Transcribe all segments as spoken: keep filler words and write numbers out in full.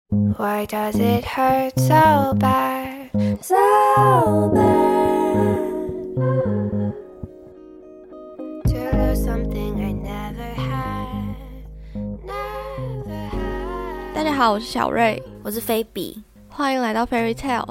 Why does it hurt so bad? So bad to lose something I never had, never had. 大家好，我是小瑞， 我是菲比， 欢迎来到 Fairy Tale。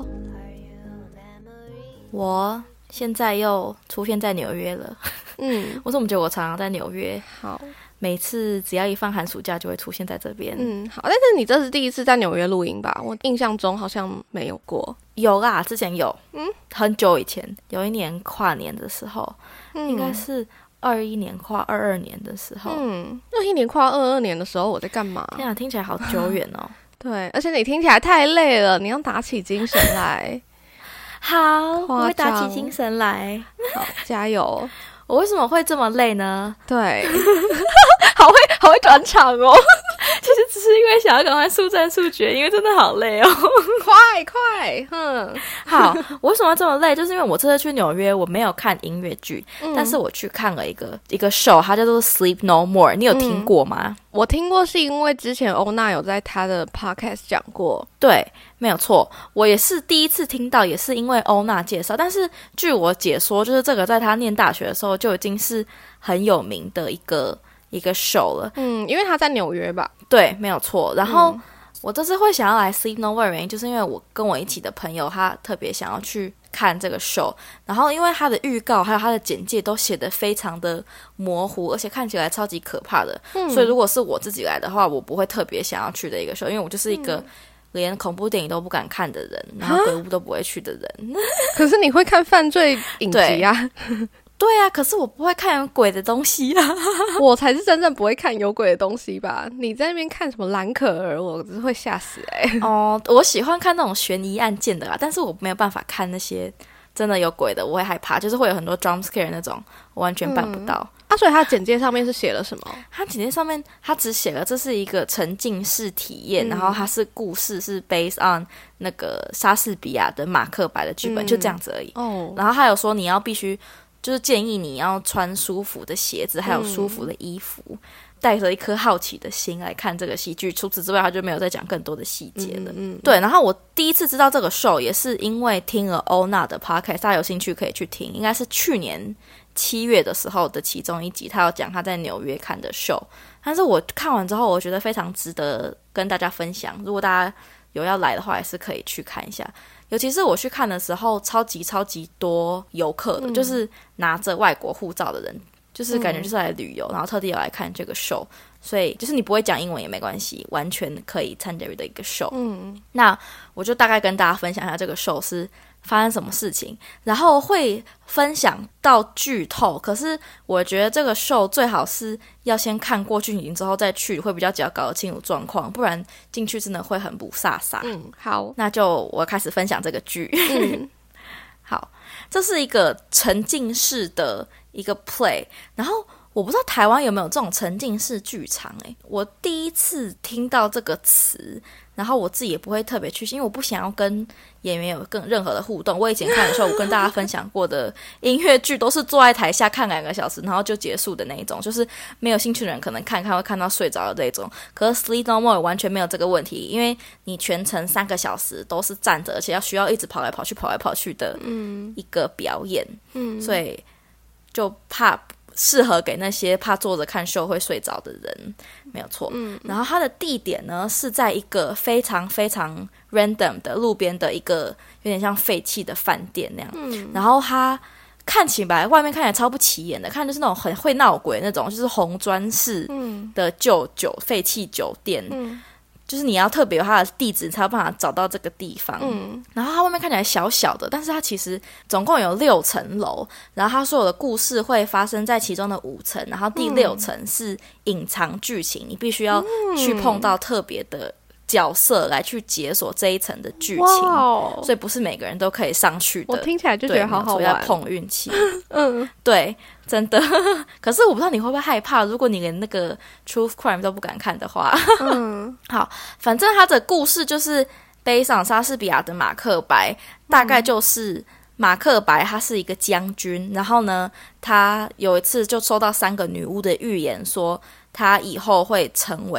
我现在又出现在纽约了。 嗯， 我怎么觉得我常常在纽约？ 好， 每次只要一放寒暑假就会出现在这边。 嗯，好，但是你这是第一次在纽约录音吧？我印象中好像没有过。 有啦，之前有， 嗯， 很久以前，有一年跨年的时候， 嗯、 应该是二一年跨二二年的时候。 嗯，二一年跨二二年的时候我在干嘛？ 天啊，听起来好久远哦。 对，而且你听起来太累了，你要打起精神来。 好，我会打起精神来。 好，加油！ 我为什么会这么累呢？ 对，好会好会转场哦。 其实只是因为想要赶快速战速决，因为真的好累哦。 快快，嗯， 好，我为什么要这么累？就是因为我这次去纽约，我没有看音乐剧、 嗯， 但是我去看了一个一个 show， 它叫做 Sleep No More， 你有听过吗？ 嗯、我听过，是因为之前欧娜有在她的 podcast 讲过。 对，没有错，我也是第一次听到，也是因为欧娜介绍。但是据我解说，就是这个在她念大学的时候就已经是很有名的一个一个 show 了。 嗯，因为她在纽约吧？ 对，没有错。然后、嗯、我这次会想要来 Sleep No More 的原因，就是因为我跟我一起的朋友，他特别想要去看这个 show， 然后因为他的预告还有他的简介都写得非常的模糊，而且看起来超级可怕的、嗯、所以如果是我自己来的话，我不会特别想要去的一个 show， 因为我就是一个连恐怖电影都不敢看的人，然后鬼屋都不会去的人。 可是你会看犯罪影集啊？ 对啊，可是我不会看有鬼的东西啊。 我才是真正不会看有鬼的东西吧？你在那边看什么蓝可儿，我只是会吓死哎、欸。 哦，我喜欢看那种悬疑案件的啦，但是我没有办法看那些真的有鬼的，我会害怕，就是会有很多 jump scare 那种，我完全办不到。嗯、 啊，所以他简介上面是写了什么？ 他简介上面他只写了这是一个沉浸式体验、嗯，然后它是故事是 based on 那个莎士比亚的马克白的剧本、嗯，就这样子而已。哦，然后他有说你要必须。就是建议你要穿舒服的鞋子，还有舒服的衣服，嗯、带着一颗好奇的心来看这个戏剧。除此之外，他就没有再讲更多的细节了。嗯嗯、对，然后我第一次知道这个 show 也是因为听了欧娜的 podcast， 大家有兴趣可以去听，应该是去年七月的时候的其中一集，他有讲他在纽约看的 show。但是我看完之后，我觉得非常值得跟大家分享。如果大家有要来的话，也是可以去看一下。尤其是我去看的时候，超级超级多游客的、嗯，就是拿着外国护照的人，就是感觉就是来旅游，嗯、然后特地有来看这个 show， 所以就是你不会讲英文也没关系，完全可以参加的一个 show。嗯，那我就大概跟大家分享一下这个 show 是发生什么事情，然后会分享到剧透。可是我觉得这个 show 最好是要先看过剧情之后再去，会比较只要搞得清楚状况，不然进去真的会很不飒飒。 嗯，好， 那就我开始分享这个剧。嗯，好，这是一个沉浸式的一个 play， 然后我不知道台湾有没有这种沉浸式剧场。诶，我第一次听到这个词，然后我自己也不会特别去，因为我不想要跟演员有更任何的互动。我以前看的时候，我跟大家分享过的音乐剧都是坐在台下看两个小时，然后就结束的那一种，就是没有兴趣的人可能看看会看到睡着的那种。可是 Sleep No More 完全没有这个问题，因为你全程三个小时都是站着，而且要需要一直跑来跑去、跑来跑去的一个表演，嗯，所以就怕。适合给那些怕坐着看秀会睡着的人，没有错。嗯，然后它的地点呢是在一个非常非常 random 的路边的一个有点像废弃的饭店那样。嗯，然后它看起来外面看起来超不起眼的，看就是那种很会闹鬼那种，就是红砖式的旧酒废弃酒店。嗯。就是你要特别有它的地址才有办法找到这个地方。嗯，然后它外面看起来小小的，但是它其实总共有六层楼，然后它所有的故事会发生在其中的五层，然后第六层是隐藏剧情，你必须要去碰到特别的角色来去解锁这一层的剧情，所以不是每个人都可以上去的。 我听起来就觉得好好玩， 要碰运气。嗯，对，真的。可是我不知道你会不会害怕，如果你连那个 Truth Crime 都不敢看的话。嗯，好，反正他的故事就是背上莎士比亚的马克白，大概就是马克白他是一个将军，然后呢，他有一次就收到三个女巫的预言，说他以后会成为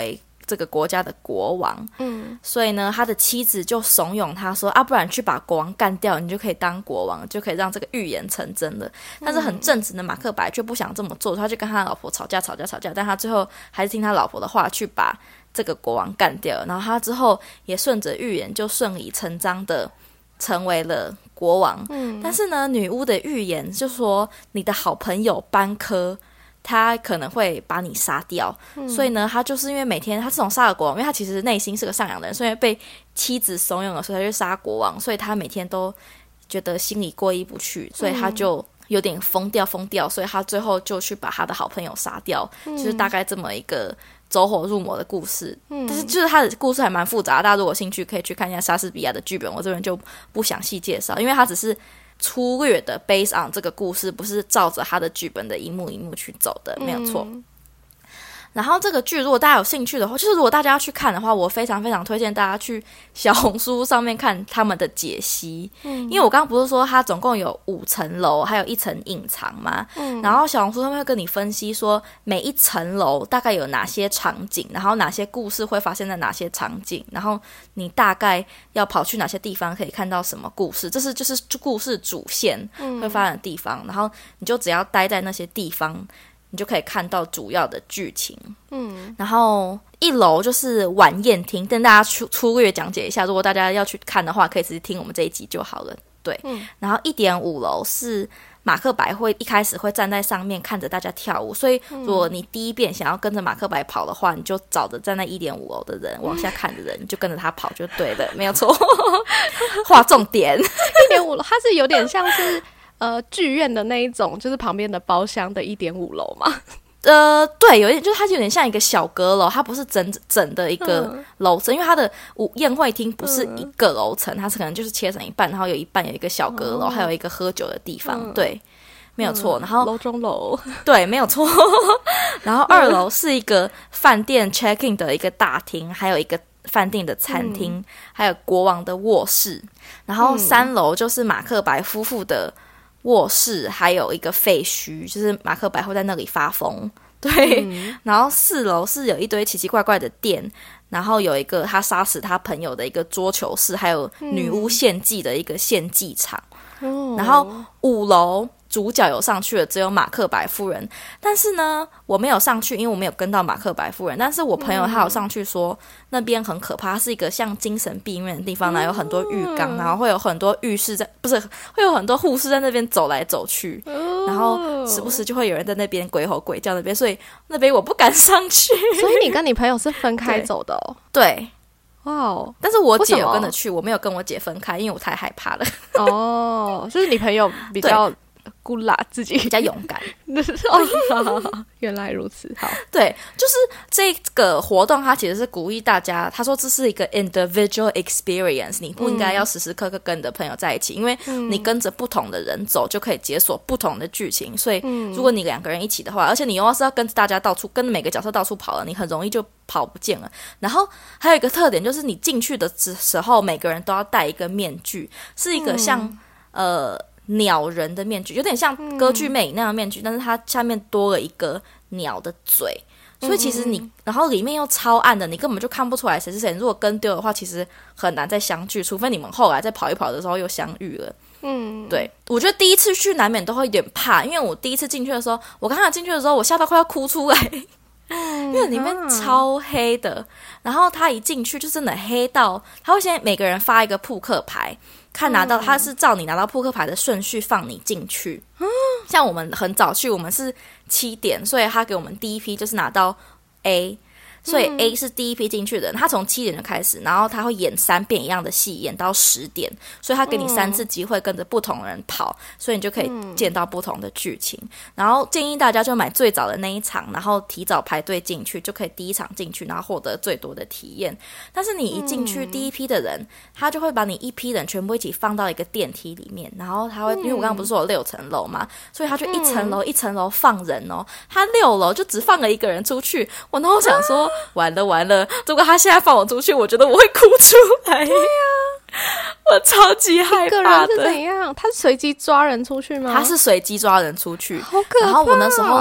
这个国家的国王， 嗯， 所以呢他的妻子就怂恿他说啊，不然去把国王干掉，你就可以当国王，就可以让这个预言成真了。但是很正直的马克白却不想这么做，他就跟他老婆吵架吵架吵架，但他最后还是听他老婆的话去把这个国王干掉了。然后他之后也顺着预言就顺理成章的成为了国王。嗯，但是呢女巫的预言就说你的好朋友班科他可能会把你杀掉、嗯、所以呢他就是因为每天他这种杀了国王，因为他其实内心是个善良的人，所以被妻子怂恿了，所以他就杀国王，所以他每天都觉得心里过意不去，所以他就有点疯掉疯掉，所以他最后就去把他的好朋友杀掉、嗯、就是大概这么一个走火入魔的故事、嗯、但是就是他的故事还蛮复杂，大家如果有兴趣可以去看一下莎士比亚的剧本，我这边就不详细介绍，因为他只是粗略的 based on 这个故事，不是照着他的剧本的一幕一幕去走的，没有错、嗯。然后这个剧如果大家有兴趣的话，就是如果大家要去看的话，我非常非常推荐大家去小红书上面看他们的解析、嗯、因为我刚刚不是说它总共有五层楼还有一层隐藏嘛、嗯、然后小红书上面会跟你分析说每一层楼大概有哪些场景，然后哪些故事会发生在哪些场景，然后你大概要跑去哪些地方可以看到什么故事，这是就是故事主线会发生的地方、嗯、然后你就只要待在那些地方你就可以看到主要的剧情。嗯，然后一楼就是晚宴厅，跟大家粗粗略讲解一下，如果大家要去看的话可以直接听我们这一集就好了。对、嗯、然后一点五楼是马克白会一开始会站在上面看着大家跳舞，所以如果你第一遍想要跟着马克白跑的话，你就找着站在一点五楼的人往下看的人，你就跟着他跑就对了，没有错。划重点。 一点五楼它是有点像是呃，剧院的那一种，就是旁边的包厢的一点五楼嘛。 呃，对，有点，就是它有点像一个小阁楼，它不是整整的一个楼层、嗯，因为它的宴会厅不是一个楼层、嗯，它是可能就是切成一半，然后有一半有一个小阁楼、嗯，还有一个喝酒的地方，嗯、对，没有错。然后楼中楼， 对，没有错。然后二楼是一个饭店 check in 的一个大厅，还有一个饭店的餐厅、嗯，还有国王的卧室。然后三楼就是马克白夫妇的卧室，还有一个废墟，就是马克白会在那里发疯。对、嗯、然后四楼是有一堆奇奇怪怪的店，然后有一个他杀死他朋友的一个桌球室，还有女巫献祭的一个献祭场、嗯、然后五楼主角有上去了，只有马克白夫人，但是呢我没有上去，因为我没有跟到马克白夫人，但是我朋友他有上去说、嗯、那边很可怕，是一个像精神病院的地方，然后有很多浴缸、嗯、然后会有很多浴室在，不是会有很多护士在那边走来走去、嗯、然后时不时就会有人在那边鬼吼鬼叫那边，所以那边我不敢上去。 所以你跟你朋友是分开走的哦？ 对， 哇哦！ 但是我姐有跟着去，我没有跟我姐分开，因为我太害怕了。 哦，就是你朋友比较孤辣，自己比较勇敢。 哦，好好好，原来如此。好， 对，就是这个活动，它其实是鼓励大家。他说这是一个 individual experience， 你不应该要时时刻刻跟你的朋友在一起，嗯、因为你跟着不同的人走，就可以解锁不同的剧情。所以，如果你两个人一起的话，而且你又要是要跟着大家到处，跟每个角色到处跑了，你很容易就跑不见了。然后还有一个特点就是，你进去的时候，每个人都要戴一个面具，是一个像、嗯、呃。鸟人的面具，有点像歌剧魅影那样的面具、嗯、但是它下面多了一个鸟的嘴，所以其实你、嗯、然后里面又超暗的，你根本就看不出来谁是谁，如果跟丢的话其实很难再相聚，除非你们后来在跑一跑的时候又相遇了。嗯，对，我觉得第一次去难免都会有点怕，因为我第一次进去的时候，我刚刚进去的时候我吓到快要哭出来，因为里面超黑的，然后他一进去就真的黑到他会先每个人发一个扑克牌，看拿到他是照你拿到扑克牌的顺序放你进去、嗯、像我们很早去，我们是七点，所以他给我们第一批就是拿到 A， 所以 A 是第一批进去的人，他从七点就开始，然后他会演三遍一样的戏，演到十点，所以他给你三次机会跟着不同人跑，所以你就可以见到不同的剧情。然后建议大家就买最早的那一场，然后提早排队进去，就可以第一场进去，然后获得最多的体验。但是你一进去第一批的人，他就会把你一批人全部一起放到一个电梯里面，然后他会，因为我刚刚不是说有六层楼嘛，所以他就一层楼一层楼放人哦，他六楼就只放了一个人出去。我然后想说完了完了，如果他现在放我出去，我觉得我会哭出来。对啊，我超级害怕的。一个人是怎样？他是随机抓人出去吗？ 他是随机抓人出去， 好可怕。 然后我那时候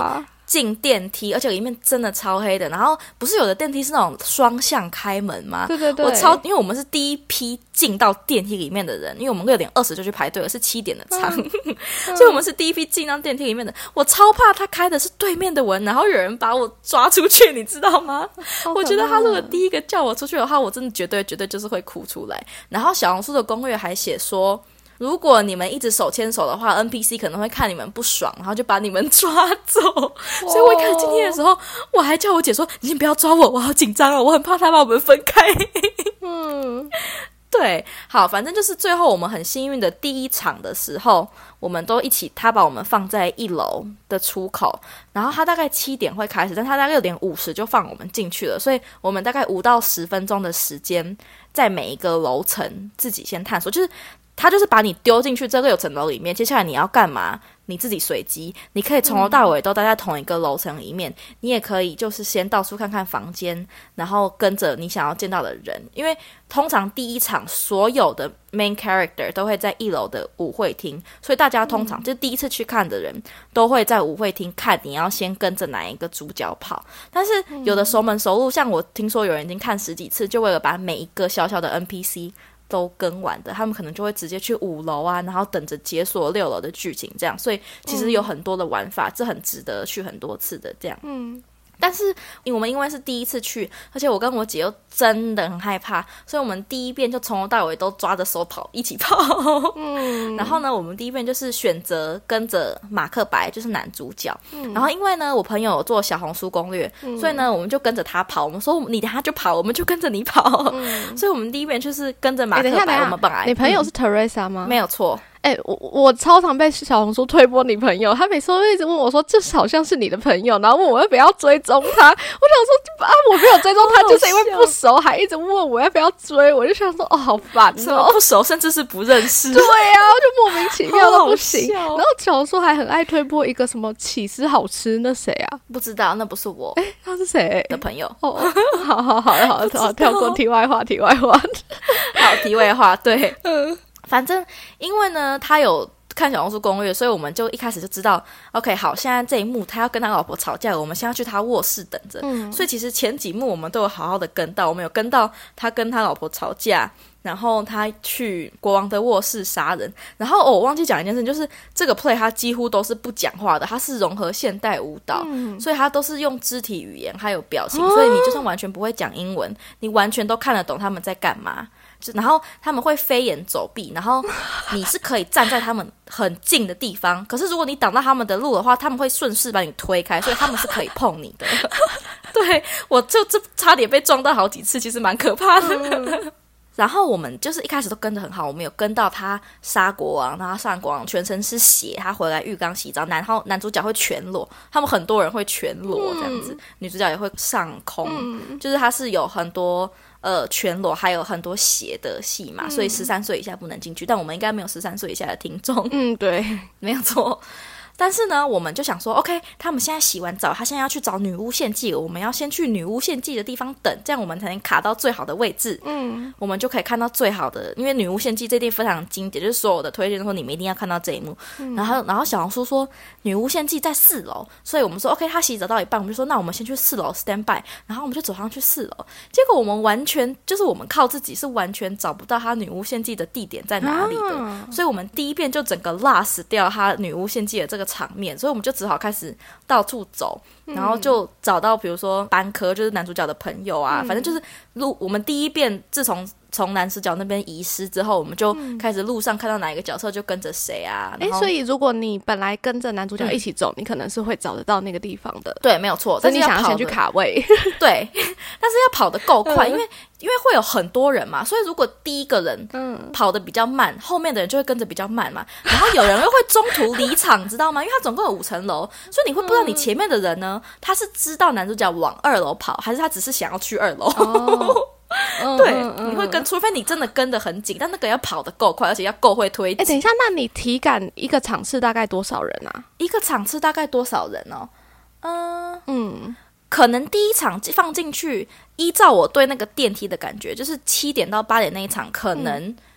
进电梯，而且里面真的超黑的。然后不是有的电梯是那种双向开门吗？ 对对对， 我超，因为我们是第一批进到电梯里面的人，因为我们六点二十就去排队了，是七点的场，嗯、所以我们是第一批进到电梯里面的。我超怕他开的是对面的门，然后有人把我抓出去，你知道吗？我觉得他如果第一个叫我出去的话，我真的绝对绝对就是会哭出来。然后小红书的攻略还写说，如果你们一直手牵手的话 N P C 可能会看你们不爽，然后就把你们抓走。所以我一开始进去的时候，我还叫我姐说，你先不要抓我，我好紧张哦，我很怕他把我们分开。嗯，对，好，反正就是最后我们很幸运的第一场的时候，我们都一起，他把我们放在一楼的出口，然后他大概七点会开始，但他大概六点五十就放我们进去了，所以我们大概五到十分钟的时间在每一个楼层自己先探索，就是他就是把你丢进去这六层楼里面，接下来你要干嘛你自己随机，你可以从头到尾都待在同一个楼层里面、嗯、你也可以就是先到处看看房间，然后跟着你想要见到的人，因为通常第一场所有的 main character 都会在一楼的舞会厅，所以大家通常、嗯、就第一次去看的人都会在舞会厅看你要先跟着哪一个主角跑，但是有的熟门熟路，像我听说有人已经看十几次，就为了把每一个小小的 N P C都跟完的，他们可能就会直接去五楼啊，然后等着解锁六楼的剧情这样，所以其实有很多的玩法、嗯、这很值得去很多次的这样。嗯，但是我们因为是第一次去，而且我跟我姐又真的很害怕，所以我们第一遍就从头到尾都抓着手跑，一起跑。嗯，然后呢，我们第一遍就是选择跟着马克白，就是男主角。嗯，然后因为呢，我朋友有做小红书攻略、嗯，所以呢，我们就跟着他跑。我们说你等下就跑，我们就跟着你跑。嗯，所以我们第一遍就是跟着马克白。欸、我们本来你朋友是 Teresa 吗？ 嗯、没有错。 哎、欸，我我超常被小红书推播你朋友，他每次都一直问我说这好像是你的朋友，然后问我要不要追踪他。我想说啊，我没有追踪他，就是因为不熟，还一直问我要不要追。我就想说哦，好烦哦， 什么不熟，甚至是不认识。 对啊，就莫名其妙到不行。然后小红书还很爱推播一个什么起司好吃，那谁啊？ 不知道，那不是我。 哎、欸，他是谁的朋友？ 哦，好好好好好，跳过题外话，题外话。 好，题外话，对，嗯。反正因为呢他有看小红书攻略，所以我们就一开始就知道 OK 好，现在这一幕他要跟他老婆吵架了，我们先要去他卧室等着、嗯、所以其实前几幕我们都有好好的跟到，我们有跟到他跟他老婆吵架，然后他去国王的卧室杀人，然后、哦、我忘记讲一件事，就是这个 play 他几乎都是不讲话的，他是融合现代舞蹈、嗯、所以他都是用肢体语言还有表情、哦、所以你就算完全不会讲英文，你完全都看得懂他们在干嘛，然后他们会飞檐走壁，然后你是可以站在他们很近的地方，可是如果你挡到他们的路的话，他们会顺势把你推开，所以他们是可以碰你的。对，我就这差点被撞到好几次，其实蛮可怕的、嗯、然后我们就是一开始都跟得很好，我们有跟到他杀国王，然后杀完国王全身是血，他回来浴缸洗澡，然后男主角会全裸，他们很多人会全裸这样子、嗯、女主角也会上空、嗯、就是他是有很多呃，全裸还有很多血的戏嘛、嗯、所以十三岁以下不能进去，但我们应该没有十三岁以下的听众。 嗯，对， 没有错。但是呢我们就想说 OK 他们现在洗完澡，他现在要去找女巫献祭了，我们要先去女巫献祭的地方等，这样我们才能卡到最好的位置，嗯，我们就可以看到最好的，因为女巫献祭这地非常经典，就是所有的推荐说你们一定要看到这一幕、嗯、然后然后小红书说女巫献祭在四楼，所以我们说 OK 他洗澡到一半，我们就说那我们先去四楼 stand by， 然后我们就走上去四楼，结果我们完全就是我们靠自己是完全找不到他女巫献祭的地点在哪里的、啊、所以我们第一遍就整个 lost 掉他女巫献祭的这个场面，所以我们就只好开始到处走，然后就找到比如说班科就是男主角的朋友啊、嗯、反正就是路我们第一遍自从从男主角那边遗失之后，我们就开始路上看到哪一个角色就跟着谁啊。哎、 欸，所以如果你本来跟着男主角一起走、嗯、你可能是会找得到那个地方的。 对，没有错。 所以你想要先去卡位。 对，但是要跑得够快、嗯、因为因为会有很多人嘛，所以如果第一个人跑得比较慢、嗯、后面的人就会跟着比较慢嘛，然后有人又会中途离场知道吗？因为他总共有五层楼，所以你会不知道你前面的人呢、嗯、他是知道男主角往二楼跑，还是他只是想要去二楼。哦对、嗯嗯、你会跟，除非你真的跟得很紧，但那个要跑得够快，而且要够会推挤。 哎，等一下，那你体感一个场次大概多少人啊？ 一个场次大概多少人哦？嗯嗯，可能第一场放进去，依照我对那个电梯的感觉，就是七点到八点那一场，可能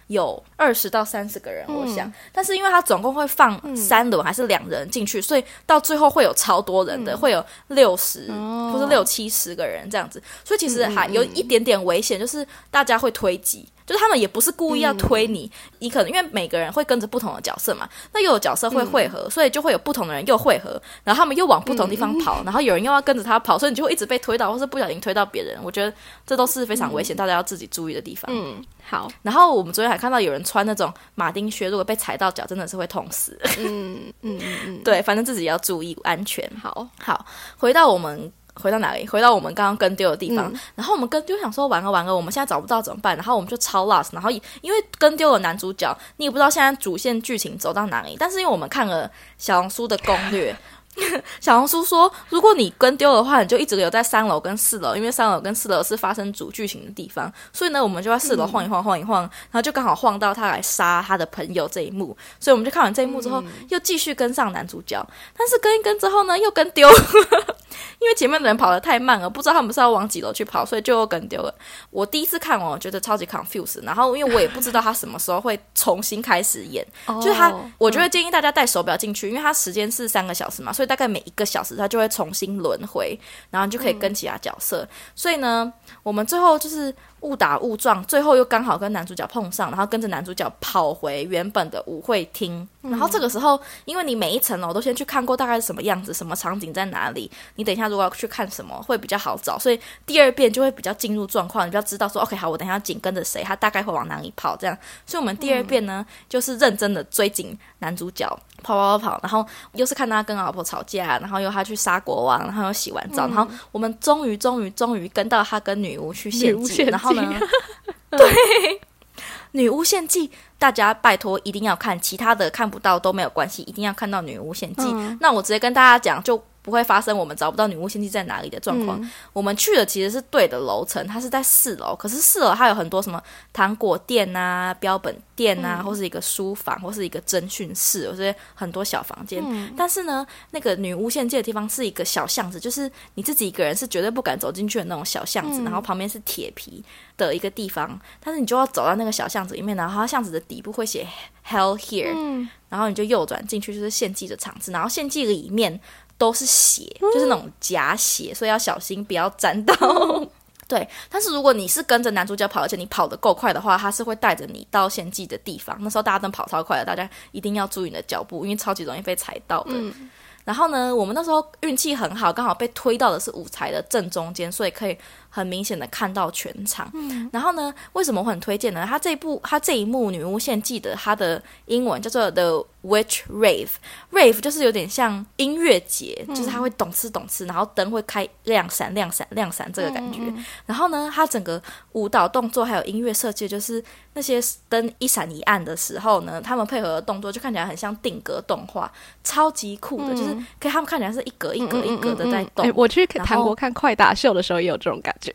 有二十到三十个人，我想、嗯、但是因为它总共会放三轮还是两人进去、嗯、所以到最后会有超多人的、嗯、会有六十、哦、或是六七十个人这样子，所以其实还有一点点危险，就是大家会推挤，就是他们也不是故意要推你、嗯、你可能因为每个人会跟着不同的角色嘛，那又有角色会汇合、嗯、所以就会有不同的人又汇合，然后他们又往不同地方跑、嗯、然后有人又要跟着他跑，所以你就会一直被推倒或是不小心推到别人，我觉得这都是非常危险、嗯、大家要自己注意的地方。嗯，好。然后我们昨天还看到有人穿那种马丁靴，如果被踩到脚真的是会痛死。嗯嗯嗯，对，反正自己要注意安全。好好，回到我们回到哪里？回到我们刚刚跟丢的地方、嗯、然后我们跟丢想说完了完了我们现在找不到怎么办，然后我们就超 lost， 然后因为跟丢了男主角你也不知道现在主线剧情走到哪里，但是因为我们看了小红书的攻略小红书说如果你跟丢的话你就一直留在三楼跟四楼，因为三楼跟四楼是发生主剧情的地方，所以呢我们就在四楼晃一晃晃一晃、嗯、然后就刚好晃到他来杀他的朋友这一幕，所以我们就看完这一幕之后、嗯、又继续跟上男主角，但是跟一跟之后呢又跟丢因为前面的人跑得太慢了，不知道他们是要往几楼去跑，所以就又跟丢了。我第一次看完我觉得超级 confused， 然后因为我也不知道他什么时候会重新开始演哦、就是他我觉得建议大家带手表进去、嗯、因为他时间是三个小时嘛，所以大概每一个小时他就会重新轮回，然后你就可以跟其他角色、嗯、所以呢我们最后就是误打误撞，最后又刚好跟男主角碰上，然后跟着男主角跑回原本的舞会厅、嗯、然后这个时候因为你每一层楼都先去看过大概是什么样子，什么场景在哪里，你等一下如果要去看什么会比较好找，所以第二遍就会比较进入状况，你比较知道说 OK 好我等一下紧跟着谁，他大概会往哪里跑这样，所以我们第二遍呢、嗯、就是认真的追紧男主角跑跑跑跑，然后又是看他跟老婆吵架，然后又他去杀国王，然后又洗完澡、嗯、然后我们终于终于终于跟到他跟女巫去献祭，然后呢对女巫献祭大家拜托一定要看，其他的看不到都没有关系，一定要看到女巫献祭、嗯、那我直接跟大家讲就不会发生我们找不到女巫献祭在哪里的状况、嗯、我们去的其实是对的楼层，它是在四楼，可是四楼它有很多什么糖果店啊标本店啊、嗯、或是一个书房或是一个侦讯室，或是很多小房间、嗯、但是呢那个女巫献祭的地方是一个小巷子，就是你自己一个人是绝对不敢走进去的那种小巷子、嗯、然后旁边是铁皮的一个地方，但是你就要走到那个小巷子里面，然后它巷子的底部会写 Hell Here、嗯、然后你就右转进去就是献祭的场子，然后献祭里面都是血、嗯、就是那种假血，所以要小心不要沾到、嗯、对，但是如果你是跟着男主角跑，而且你跑得够快的话，他是会带着你到献祭的地方，那时候大家都跑超快的，大家一定要注意你的脚步，因为超级容易被踩到的、嗯、然后呢我们那时候运气很好，刚好被推到的是舞台的正中间，所以可以很明显的看到全场、嗯、然后呢为什么我很推荐呢，他这一部他这一幕女巫献祭的他的英文叫做 The Witch Rave， Rave 就是有点像音乐节、嗯、就是它会咚哧咚哧，然后灯会开亮闪亮闪亮闪这个感觉、嗯、然后呢它整个舞蹈动作还有音乐设计，就是那些灯一闪一暗的时候呢，他们配合的动作就看起来很像定格动画，超级酷的、嗯、就是可以他们看起来是一格一格一格的在动、嗯嗯嗯欸、我去韩国看快打秀的时候也有这种感觉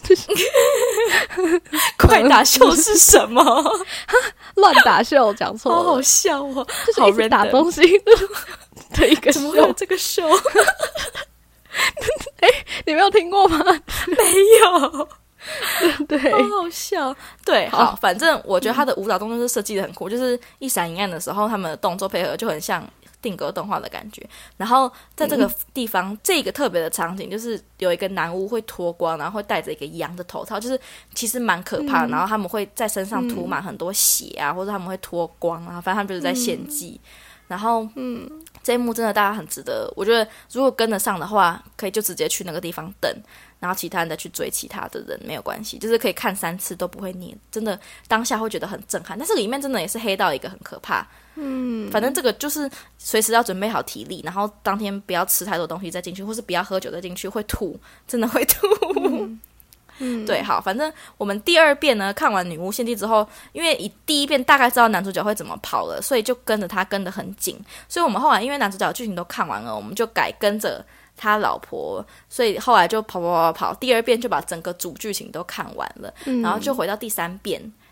快打秀是什么？乱打秀讲错了，好好笑哦，就是一直打东西的一个秀，怎么会有这个秀？哎、欸，你没有听过吗？没有。对，好好笑。对，好，反正我觉得他的舞蹈动作是设计的很酷、嗯、就是一闪一暗的时候他们的动作配合就很像定格动画的感觉。然后在这个地方、嗯、这个特别的场景就是有一个男巫会脱光，然后会戴着一个羊的头套，就是其实蛮可怕的、嗯、然后他们会在身上涂满很多血啊、嗯、或者他们会脱光啊，反正他们就是在献祭、嗯、然后嗯，这一幕真的大家很值得，我觉得如果跟得上的话可以就直接去那个地方等，然后其他人再去追其他的人没有关系，就是可以看三次都不会腻，真的当下会觉得很震撼，但是里面真的也是黑到一个很可怕。嗯，反正这个就是随时要准备好体力，然后当天不要吃太多东西再进去，或是不要喝酒再进去，会吐，真的会吐。嗯嗯，对，好，反正我们第二遍呢看完女巫献祭之后，因为以第一遍大概知道男主角会怎么跑了，所以就跟着他跟得很紧，所以我们后来因为男主角的剧情都看完了，我们就改跟着他老婆，所以后来就跑跑跑跑，第二遍就把整个主剧情都看完了、嗯、然后就回到第三遍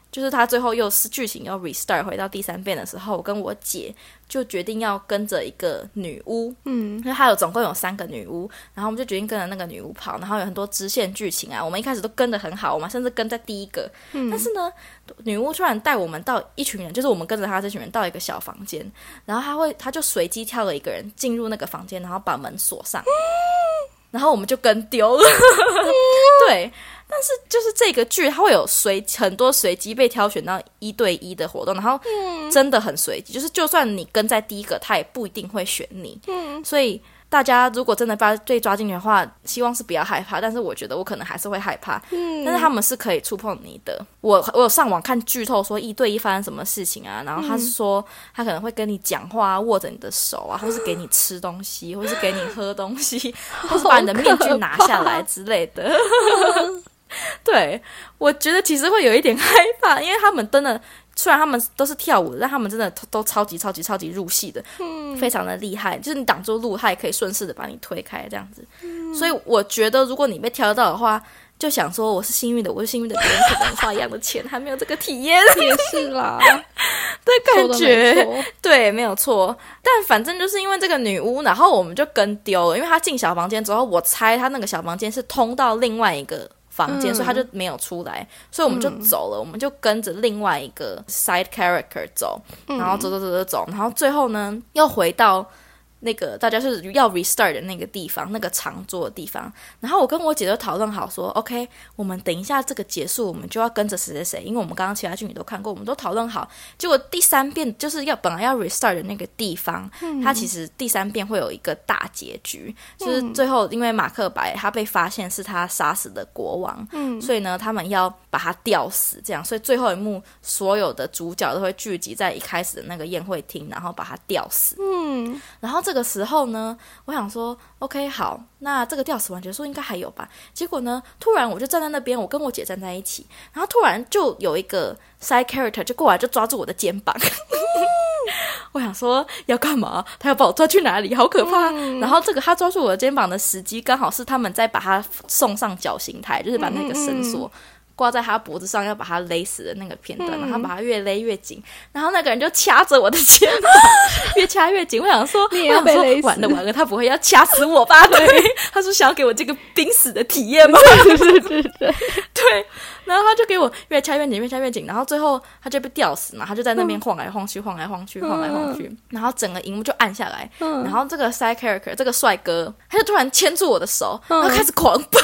就是他最后又是剧情又 restart 回到第三遍的时候，我跟我姐就决定要跟着一个女巫，嗯，因为它有总共有三个女巫，然后我们就决定跟着那个女巫跑，然后有很多支线剧情啊，我们一开始都跟得很好，我们甚至跟在第一个，嗯，但是呢，女巫突然带我们到一群人，就是我们跟着她这群人到一个小房间，然后她会，她就随机挑了一个人进入那个房间，然后把门锁上，然后我们就跟丢了，对。但是就是这个剧它会有随很多随机被挑选到一对一的活动，然后真的很随机，就是就算你跟在第一个他也不一定会选你，嗯，所以大家如果真的被抓进去的话，希望是不要害怕，但是我觉得我可能还是会害怕，嗯，但是他们是可以触碰你的。我我有上网看剧透说一对一发生什么事情啊，然后他是说他可能会跟你讲话，握着你的手啊，或是给你吃东西，或是给你喝东西，或是把你的面具拿下来之类的。对，我觉得其实会有一点害怕，因为他们真的虽然他们都是跳舞的，但他们真的都超级超级超级入戏的，嗯，非常的厉害，就是你挡住路他也可以顺势的把你推开这样子，嗯，所以我觉得如果你被挑到的话，就想说我是幸运的，我是幸运的，别人可能花一样的钱还没有这个体验， 也是啦的感觉，对，没有错。但反正就是因为这个女巫，然后我们就跟丢了，因为她进小房间之后，我猜她那个小房间是通到另外一个房间，嗯，所以他就没有出来，所以我们就走了，嗯，我们就跟着另外一个 side character 走，然后走走走走走，然后最后呢又回到那个大家是要 restart 的那个地方，那个长桌的地方，然后我跟我姐就讨论好说 OK 我们等一下这个结束我们就要跟着谁谁谁，因为我们刚刚其他剧你都看过，我们都讨论好，结果第三遍就是要本来要 restart 的那个地方，嗯，它其实第三遍会有一个大结局，就是最后因为马克白他被发现是他杀死的国王，嗯，所以呢他们要把他吊死这样，所以最后一幕所有的主角都会聚集在一开始的那个宴会厅，然后把他吊死，嗯，然后这个时候呢我想说 OK 好，那这个吊死完结束应该还有吧，结果呢突然我就站在那边，我跟我姐站在一起，然后突然就有一个 side character 就过来就抓住我的肩膀我想说要干嘛，他要把我抓去哪里，好可怕，嗯，然后这个他抓住我的肩膀的时机刚好是他们在把他送上绞刑台，就是把那个绳索挂在他脖子上要把他勒死的那个片段，嗯，然后把他越勒越紧，然后那个人就掐着我的肩膀越掐越紧，我想说你也要被勒死， 完了完了他不会要掐死我吧对，他说想要给我这个濒死的体验吗对对对对对，然后他就给我越掐越紧越掐越紧，然后最后他就被吊死嘛，他就在那边晃来晃去晃来晃去晃来晃去，然后整个荧幕就暗下来，嗯，然后这个 side character 这个帅哥他就突然牵住我的手，然后开始狂奔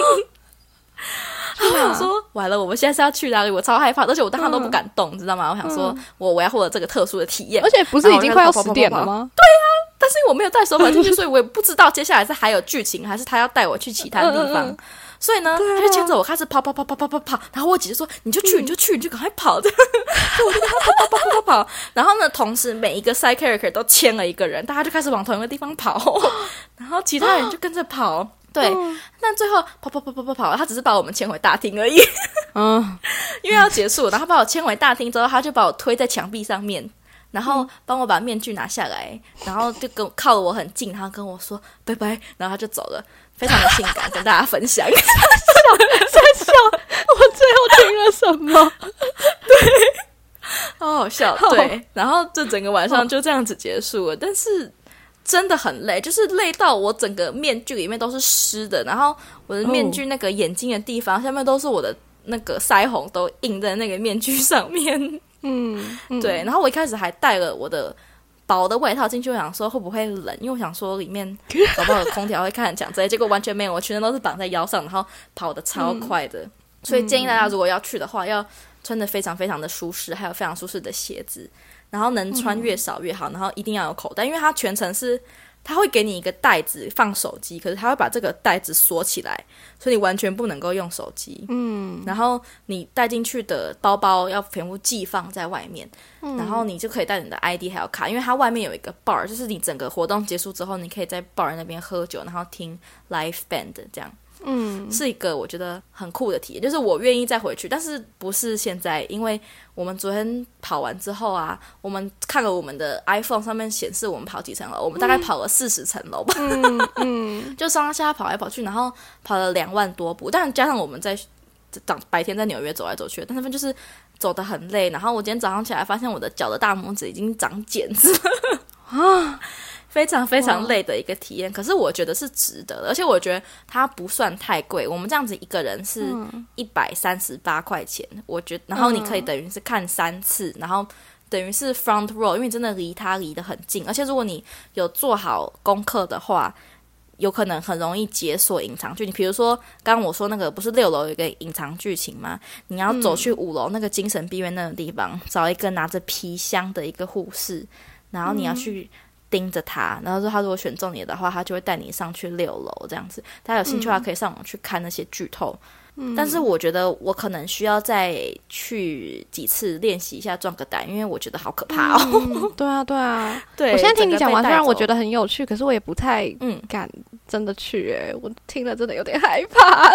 我想说完了我们现在是要去哪里，我超害怕，而且我当时都不敢动，嗯，知道吗，我想说我我要获得这个特殊的体验， 而且不是已经快要十点了吗？ 对啊，但是因为我没有带手表进去所以我也不知道接下来是还有剧情还是他要带我去其他地方，嗯嗯，所以呢他就牵着我开始跑跑跑跑跑跑跑，然后我姐就说你就去你就去你就赶快跑的我就跟他跑跑跑跑跑跑，然后呢同时每一个 side character 都牵了一个人，大家就开始往同一个地方跑然后其他人就跟着跑对，嗯，但最后跑跑跑跑跑跑，他只是把我们牵回大厅而已嗯，因为要结束，然后把我牵回大厅之后他就把我推在墙壁上面，然后帮我把面具拿下来，然后就跟靠得我很近，他跟我说拜拜，然后他就走了，非常的性感跟大家分享在笑在笑我最后听了什么对好好笑对，然后这整个晚上就这样子结束了，但是真的很累，就是累到我整个面具里面都是湿的，然后我的面具那个眼睛的地方，哦，下面都是我的那个腮红都印在那个面具上面嗯, 嗯对，然后我一开始还带了我的薄的外套进去，我想说会不会冷，因为我想说里面搞不好空调会看很强之类，结果完全没有，我全身都是绑在腰上，然后跑得超快的，嗯，所以建议大家如果要去的话要穿得非常非常的舒适，还有非常舒适的鞋子，然后能穿越少越好，然后一定要有口袋，因为它全程是它会给你一个袋子放手机，可是它会把这个袋子锁起来，所以你完全不能够用手机，嗯，然后你带进去的包包要全部寄放在外面，嗯，然后你就可以带你的 I D 还有卡，因为它外面有一个 bar， 就是你整个活动结束之后你可以在 bar 那边喝酒，然后听 live band 这样，嗯，是一个我觉得很酷的体验，就是我愿意再回去，但是不是现在，因为我们昨天跑完之后啊，我们看了我们的 iPhone 上面显示我们跑几层楼，我们大概跑了四十层楼吧，嗯嗯，就上上下下跑来跑去，然后跑了两万多步，但加上我们在长白天在纽约走来走去，但那边就是走得很累。然后我今天早上起来发现我的脚的大拇指已经长茧子了啊，非常非常累的一个体验。可是我觉得是值得的，而且我觉得它不算太贵。我们这样子一个人是一百三十八块钱，我觉得，然后你可以等于是看三次，然后等于是 front row， 因为真的离它离得很近，而且如果你有做好功课的话，有可能很容易解锁隐藏剧情。比如说刚刚我说那个不是六楼有一个隐藏剧情吗？你要走去五楼那个精神病院那个地方，嗯、找一个拿着皮箱的一个护士，然后你要去盯着他，然后说他如果选中你的话，他就会带你上去六楼这样子。大家有兴趣的话可以上网去看那些剧透。嗯、但是我觉得我可能需要再去几次练习一下壮个胆，因为我觉得好可怕哦。 嗯、对啊，对啊， 对。 我现在听你讲完，虽然我觉得很有趣，可是我也不太敢真的去、欸。我听了真的有点害怕。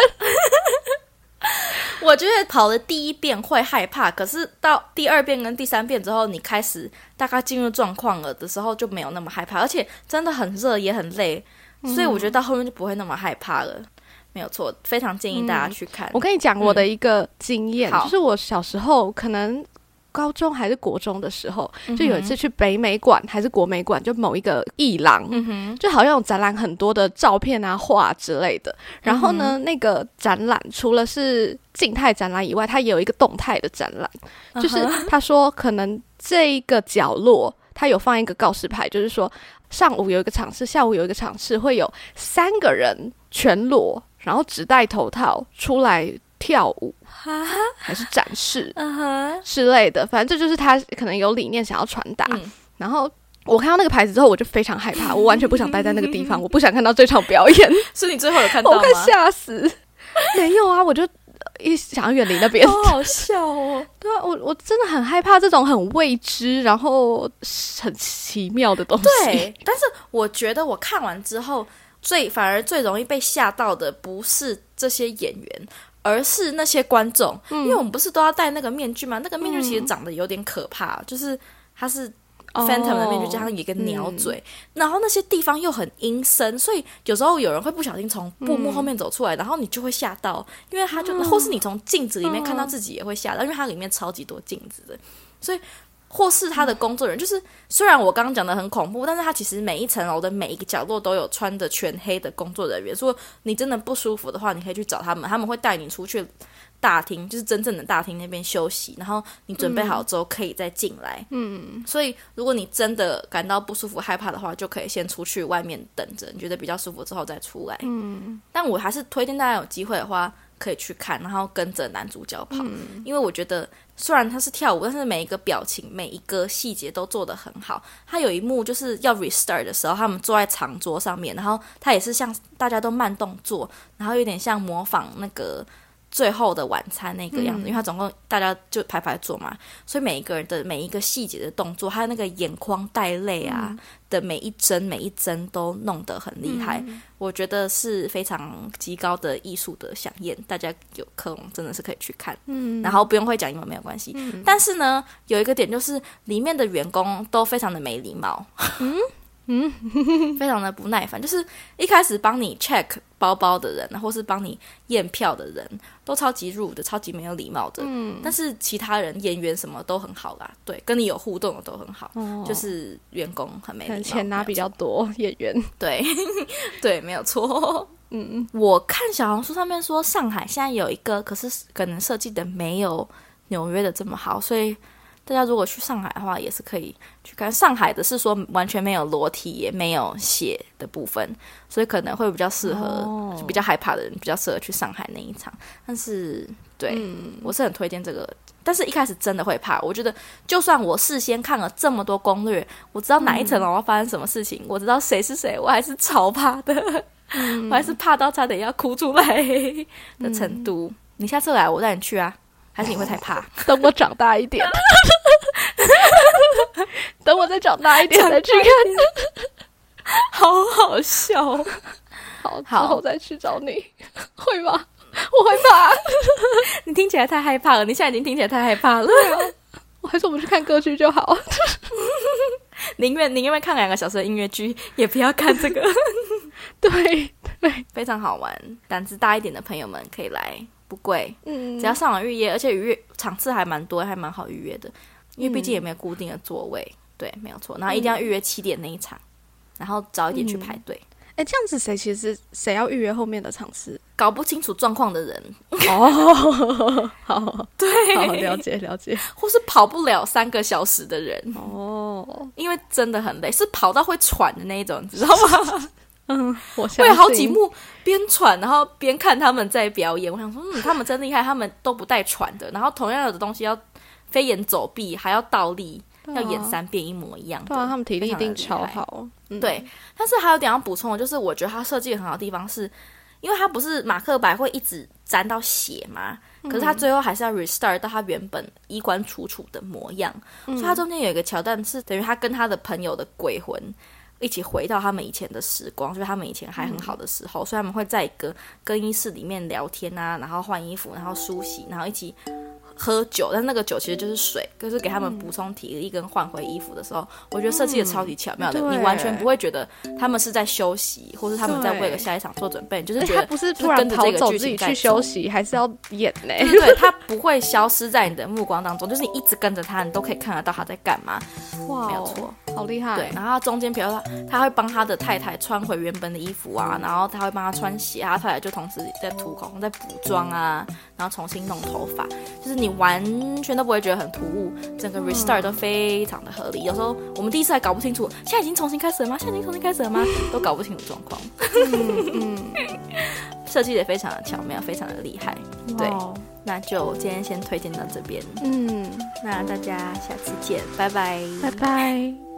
我觉得跑了第一遍会害怕，可是到第二遍跟第三遍之后，你开始大概进入状况了的时候，就没有那么害怕，而且真的很热也很累，所以我觉得到后面就不会那么害怕了。没有错，非常建议大家去看。 嗯、我跟你讲我的一个经验、 嗯， 就是我小时候可能高中还是国中的时候，嗯、就有一次去北美馆还是国美馆，就某一个艺廊、嗯，就好像有展览很多的照片啊、画之类的。然后呢，嗯、那个展览除了是静态展览以外，它也有一个动态的展览，嗯、就是他说可能这一个角落他有放一个告示牌，就是说上午有一个场次，下午有一个场次，会有三个人全裸，然后只戴头套出来跳舞，还是展示、uh-huh. 之类的，反正这就是他可能有理念想要传达、嗯、然后我看到那个牌子之后我就非常害怕，我完全不想待在那个地方我不想看到这场表演。 是你最后有看到吗？ 我快吓死。没有啊，我就一想要远离那边。 好好笑哦。 对啊，我我真的很害怕这种很未知然后很奇妙的东西。 对，但是我觉得我看完之后最反而最容易被吓到的不是这些演员，而是那些观众、嗯、因为我们不是都要戴那个面具吗？那个面具其实长得有点可怕、嗯、就是它是 Phantom 的面具加上一个鸟嘴、哦嗯、然后那些地方又很阴森，所以有时候有人会不小心从布幕后面走出来、嗯、然后你就会吓到，因为他就、嗯、或是你从镜子里面看到自己也会吓到、嗯、因为它里面超级多镜子的，所以或是他的工作人员，就是虽然我刚刚讲的很恐怖，但是他其实每一层楼的每一个角落都有穿着全黑的工作人员，所以你真的不舒服的话你可以去找他们，他们会带你出去大厅，就是真正的大厅那边休息，然后你准备好之后可以再进来。嗯，所以如果你真的感到不舒服害怕的话，就可以先出去外面等着，你觉得比较舒服之后再出来。嗯，但我还是推荐大家有机会的话可以去看，然后跟着男主角跑、嗯、因为我觉得虽然他是跳舞，但是每一个表情每一个细节都做得很好。他有一幕就是要 restart 的时候，他们坐在长桌上面，然后他也是像大家都慢动作，然后有点像模仿那个最后的晚餐那个样子、嗯、因为他总共大家就排排坐嘛，所以每一个人的每一个细节的动作，还有那个眼眶带泪啊、嗯、的每一帧每一帧都弄得很厉害、嗯、我觉得是非常极高的艺术的飨宴，大家有空真的是可以去看、嗯、然后不用会讲英文没有关系、嗯、但是呢有一个点就是里面的员工都非常的没礼貌。嗯嗯，非常的不耐烦，就是一开始帮你 check 包包的人或是帮你验票的人都超级rude的，超级没有礼貌的、嗯、但是其他人演员什么都很好啦，对，跟你有互动的都很好、哦、就是员工很没礼貌， 钱拿比较多，演员对对没有错。嗯，我看小红书上面说上海现在有一个，可是可能设计的没有纽约的这么好，所以大家如果去上海的话也是可以去看。上海的是说完全没有裸体也没有血的部分，所以可能会比较适合、哦、就比较害怕的人比较适合去上海那一场。但是对、嗯、我是很推荐这个，但是一开始真的会怕，我觉得就算我事先看了这么多攻略，我知道哪一层楼要发生什么事情、嗯、我知道谁是谁，我还是超怕的、嗯、我还是怕到差点要哭出来的程度、嗯、你下次来我带你去啊，还是你会太怕？ 等我长大一点等我再长大一点再去看好好笑。 好，之后再去找你会吗？我会怕你听起来太害怕了，你现在已经听起来太害怕了。 我还是我们去看歌剧就好宁愿宁愿看两个小时的音乐剧也不要看这个对对， 非常好玩，胆子大一点的朋友们可以来不贵， 嗯， 只要上网预约，而且预约场次还蛮多，还蛮好预约的，因为毕竟也没有固定的座位，嗯、对，没有错。然后一定要预约七点那一场，然后早一点去排队。 哎、嗯，这样子谁其实谁要预约后面的场次？ 搞不清楚状况的人哦，好， 对， 好了解了解， 或是跑不了三个小时的人哦， 因为真的很累，是跑到会喘的那一种，你知道吗？ 嗯，我相信会有好几幕边喘然后边看他们在表演，我想说，嗯，他们真厉害，他们都不带喘的，然后同样的东西要飞檐走壁，还要倒立。啊、要演三遍一模一样的， 对啊，他们体力一定超好。 嗯、对，但是还有点要补充的，就是我觉得它设计的很好的地方是，因为它不是马克白会一直沾到血嘛，嗯、可是他最后还是要 restart 到他原本衣冠楚楚的模样，嗯、所以他中间有一个桥段是等于他跟他的朋友的鬼魂一起回到他们以前的时光，就是他们以前还很好的时候，嗯、所以他们会在一个更衣室里面聊天啊，然后换衣服，然后梳洗，然后一起喝酒，但那个酒其实就是水，就是给他们补充体力跟换回衣服的时候，嗯、我觉得设计的超级巧妙的，你完全不会觉得他们是在休息，或是他们在为了下一场做准备，就是觉得他不是突然跑走自己去休息，还是要演呢、欸？ 对对，他不会消失在你的目光当中，就是你一直跟着他，你都可以看得到他在干嘛。 哇， 没有错， 好厉害。 对，然后他中间比如说他会帮他的太太穿回原本的衣服啊，然后他会帮他穿鞋啊，他太太就同时在涂口红、在补妆啊，然后重新弄头发，就是你完全都不会觉得很突兀，整个 restart 都非常的合理。有时候我们第一次还搞不清楚，现在已经重新开始了吗？现在已经重新开始了吗？都搞不清楚状况。嗯嗯，设计也非常的巧妙，非常的厉害。对，那就今天先推荐到这边。嗯，那大家下次见，拜拜， 拜拜。